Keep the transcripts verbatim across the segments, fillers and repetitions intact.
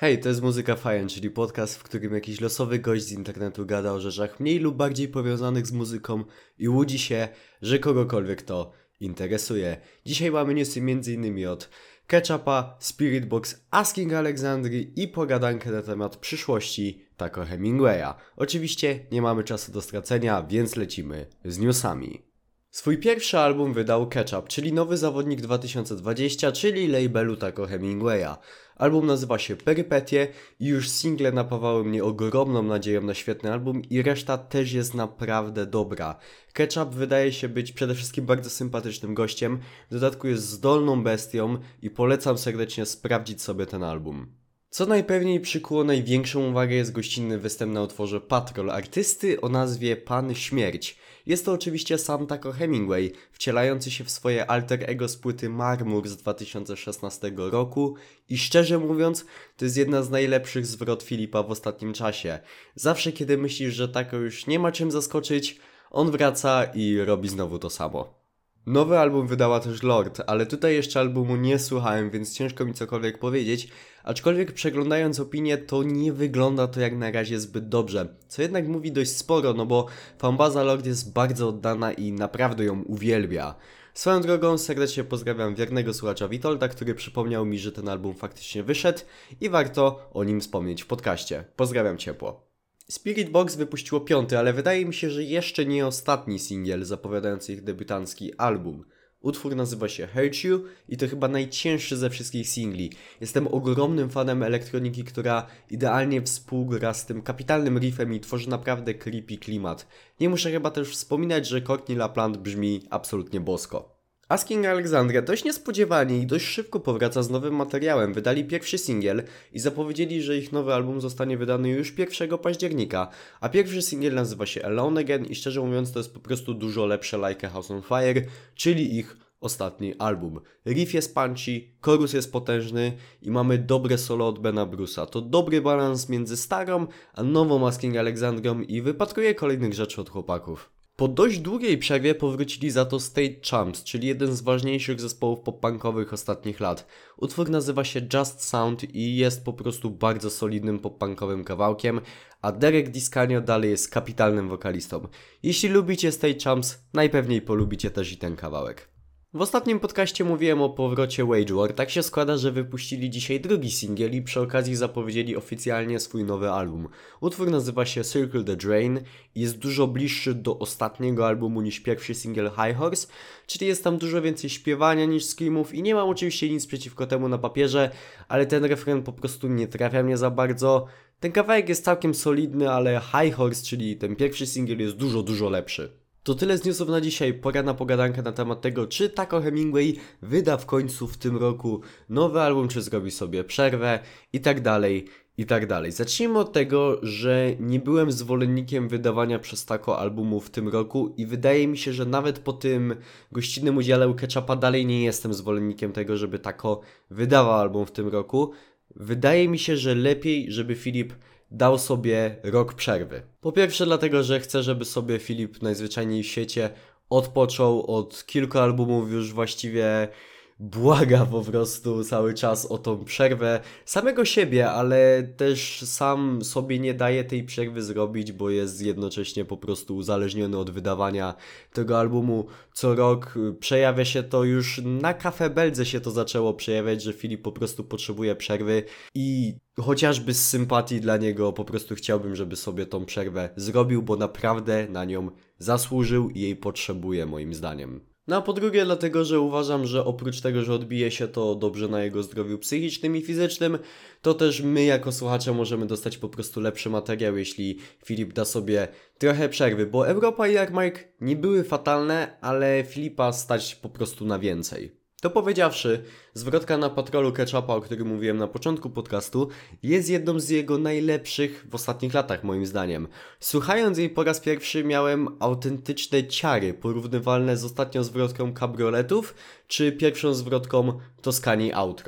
Hej, to jest Muzyka Fajna, czyli podcast, w którym jakiś losowy gość z internetu gada o rzeczach mniej lub bardziej powiązanych z muzyką i łudzi się, że kogokolwiek to interesuje. Dzisiaj mamy newsy m.in. od Ketchupa, Spiritbox, Asking Alexandrii i pogadankę na temat przyszłości Taco Hemingwaya. Oczywiście nie mamy czasu do stracenia, więc lecimy z newsami. Swój pierwszy album wydał Ketchup, czyli nowy zawodnik dwa tysiące dwudziesty, czyli labelu Taco Hemingwaya. Album nazywa się Perypetie i już single napawały mnie ogromną nadzieją na świetny album i reszta też jest naprawdę dobra. Ketchup wydaje się być przede wszystkim bardzo sympatycznym gościem, w dodatku jest zdolną bestią i polecam serdecznie sprawdzić sobie ten album. Co najpewniej przykuło największą uwagę jest gościnny występ na utworze Patrol artysty o nazwie Pan Śmierć. Jest to oczywiście sam Taco Hemingway, wcielający się w swoje alter ego z płyty Marmur z dwa tysiące szesnastego roku i szczerze mówiąc, to jest jedna z najlepszych zwrot Filipa w ostatnim czasie. Zawsze kiedy myślisz, że Taco już nie ma czym zaskoczyć, on wraca i robi znowu to samo. Nowy album wydała też Lorde, ale tutaj jeszcze albumu nie słuchałem, więc ciężko mi cokolwiek powiedzieć, aczkolwiek przeglądając opinię, to nie wygląda to jak na razie zbyt dobrze, co jednak mówi dość sporo, no bo fanbaza Lorde jest bardzo oddana i naprawdę ją uwielbia. Swoją drogą serdecznie pozdrawiam wiernego słuchacza Witolda, który przypomniał mi, że ten album faktycznie wyszedł i warto o nim wspomnieć w podcaście. Pozdrawiam ciepło. Spiritbox wypuściło piąty, ale wydaje mi się, że jeszcze nie ostatni singiel zapowiadający ich debiutancki album. Utwór nazywa się Hurt You i to chyba najcięższy ze wszystkich singli. Jestem ogromnym fanem elektroniki, która idealnie współgra z tym kapitalnym riffem i tworzy naprawdę creepy klimat. Nie muszę chyba też wspominać, że Courtney LaPlante brzmi absolutnie bosko. Asking Alexandria dość niespodziewanie i dość szybko powraca z nowym materiałem. Wydali pierwszy singiel i zapowiedzieli, że ich nowy album zostanie wydany już pierwszego października, a pierwszy singiel nazywa się Alone Again i szczerze mówiąc to jest po prostu dużo lepsze Like a House on Fire, czyli ich ostatni album. Riff jest punchy, chorus jest potężny i mamy dobre solo od Bena Bruce'a. To dobry balans między starą a nową Asking Alexandrią i wypatruję kolejnych rzeczy od chłopaków. Po dość długiej przerwie powrócili za to State Champs, czyli jeden z ważniejszych zespołów pop-punkowych ostatnich lat. Utwór nazywa się Just Sound i jest po prostu bardzo solidnym pop-punkowym kawałkiem, a Derek Discanio dalej jest kapitalnym wokalistą. Jeśli lubicie State Champs, najpewniej polubicie też i ten kawałek. W ostatnim podcaście mówiłem o powrocie Wage War. Tak się składa, że wypuścili dzisiaj drugi singiel i przy okazji zapowiedzieli oficjalnie swój nowy album. Utwór nazywa się Circle the Drain i jest dużo bliższy do ostatniego albumu niż pierwszy singiel High Horse, czyli jest tam dużo więcej śpiewania niż screamów i nie mam oczywiście nic przeciwko temu na papierze, ale ten refren po prostu nie trafia mnie za bardzo. Ten kawałek jest całkiem solidny, ale High Horse, czyli ten pierwszy singiel jest dużo, dużo lepszy. To tyle z newsów na dzisiaj, pora na pogadankę na temat tego, czy Taco Hemingway wyda w końcu w tym roku nowy album, czy zrobi sobie przerwę i tak dalej, i tak dalej. Zacznijmy od tego, że nie byłem zwolennikiem wydawania przez Taco albumu w tym roku i wydaje mi się, że nawet po tym gościnnym udziale u Ketchupa dalej nie jestem zwolennikiem tego, żeby Taco wydawał album w tym roku. Wydaje mi się, że lepiej, żeby Filip dał sobie rok przerwy. Po pierwsze dlatego, że chcę, żeby sobie Filip najzwyczajniej w świecie odpoczął od kilku albumów, już właściwie błaga po prostu cały czas o tą przerwę samego siebie, ale też sam sobie nie daje tej przerwy zrobić, bo jest jednocześnie po prostu uzależniony od wydawania tego albumu co rok. Przejawia się to już na Cafe Beldze się to zaczęło przejawiać, że Filip po prostu potrzebuje przerwy i chociażby z sympatii dla niego po prostu chciałbym, żeby sobie tą przerwę zrobił, bo naprawdę na nią zasłużył i jej potrzebuje moim zdaniem. No a po drugie dlatego, że uważam, że oprócz tego, że odbije się to dobrze na jego zdrowiu psychicznym i fizycznym, to też my jako słuchacze możemy dostać po prostu lepszy materiał, jeśli Filip da sobie trochę przerwy, bo Europa i Jak Mike nie były fatalne, ale Filipa stać po prostu na więcej. To powiedziawszy, zwrotka na Patrolu Ketchupa, o którym mówiłem na początku podcastu, jest jedną z jego najlepszych w ostatnich latach moim zdaniem. Słuchając jej po raz pierwszy miałem autentyczne ciary, porównywalne z ostatnią zwrotką Kabrioletów, czy pierwszą zwrotką Toskanii Outro.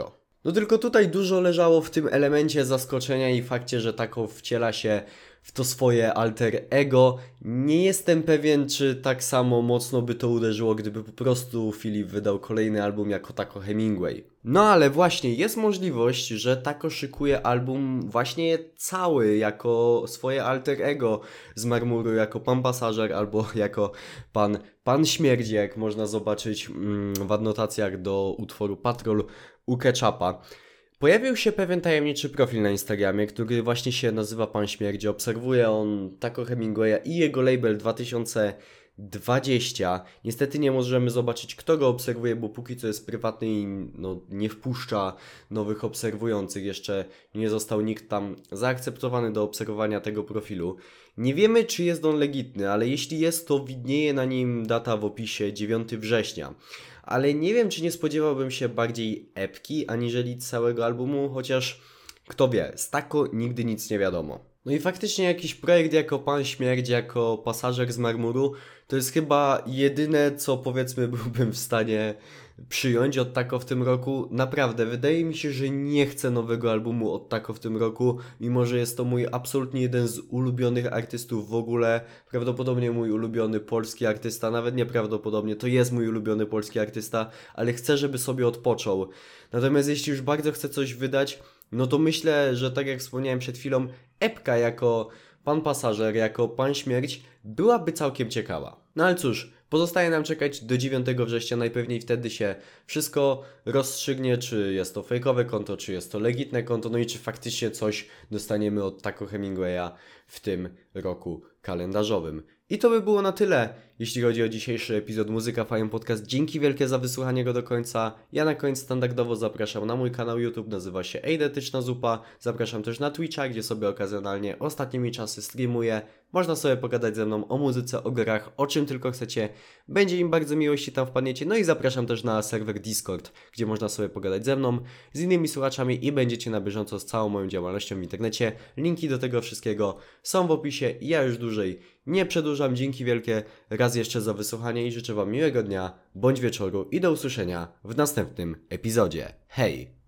No tylko tutaj dużo leżało w tym elemencie zaskoczenia i fakcie, że Taco wciela się w to swoje alter ego. Nie jestem pewien, czy tak samo mocno by to uderzyło, gdyby po prostu Filip wydał kolejny album jako Taco Hemingway. No ale właśnie, jest możliwość, że Taco szykuje album właśnie cały, jako swoje alter ego z Marmuru, jako Pan Pasażer albo jako Pan, pan Śmierdzi, jak można zobaczyć mm, w adnotacjach do utworu Patrol u Ketchupa. Pojawił się pewien tajemniczy profil na Instagramie, który właśnie się nazywa Pan Śmierdzi. Obserwuje on Taco Hemingwaya i jego label dwa tysiące dwudziesty. Niestety nie możemy zobaczyć, kto go obserwuje, bo póki co jest prywatny i no, nie wpuszcza nowych obserwujących. Jeszcze nie został nikt tam zaakceptowany do obserwowania tego profilu. Nie wiemy, czy jest on legitny, ale jeśli jest, to widnieje na nim data w opisie dziewiątego września. Ale nie wiem, czy nie spodziewałbym się bardziej epki, aniżeli całego albumu, chociaż kto wie, z Taco nigdy nic nie wiadomo. No i faktycznie jakiś projekt jako Pan Śmierć, jako Pasażer z Marmuru, to jest chyba jedyne, co powiedzmy byłbym w stanie przyjąć od Taco w tym roku. Naprawdę, wydaje mi się, że nie chcę nowego albumu od Taco w tym roku, mimo że jest to mój absolutnie jeden z ulubionych artystów w ogóle, prawdopodobnie mój ulubiony polski artysta, nawet nieprawdopodobnie, to jest mój ulubiony polski artysta, ale chcę, żeby sobie odpoczął. Natomiast jeśli już bardzo chcę coś wydać, no to myślę, że tak jak wspomniałem przed chwilą, epka jako Pan Pasażer, jako Pan Śmierć byłaby całkiem ciekawa. No ale cóż, pozostaje nam czekać do dziewiątego września, najpewniej wtedy się wszystko rozstrzygnie, czy jest to fejkowe konto, czy jest to legitne konto, no i czy faktycznie coś dostaniemy od Taco Hemingwaya w tym roku kalendarzowym. I to by było na tyle, jeśli chodzi o dzisiejszy epizod Muzyka Fajem Podcast. Dzięki wielkie za wysłuchanie go do końca. Ja na koniec standardowo zapraszam na mój kanał YouTube, nazywa się Eidetyczna Zupa. Zapraszam też na Twitcha, gdzie sobie okazjonalnie ostatnimi czasy streamuję. Można sobie pogadać ze mną o muzyce, o grach, o czym tylko chcecie. Będzie im bardzo miło, jeśli tam wpadniecie. No i zapraszam też na serwer Discord, gdzie można sobie pogadać ze mną, z innymi słuchaczami i będziecie na bieżąco z całą moją działalnością w internecie. Linki do tego wszystkiego są w opisie i ja już dłużej nie przedłużam. Dzięki wielkie raz jeszcze za wysłuchanie i życzę Wam miłego dnia bądź wieczoru i do usłyszenia w następnym epizodzie. Hej!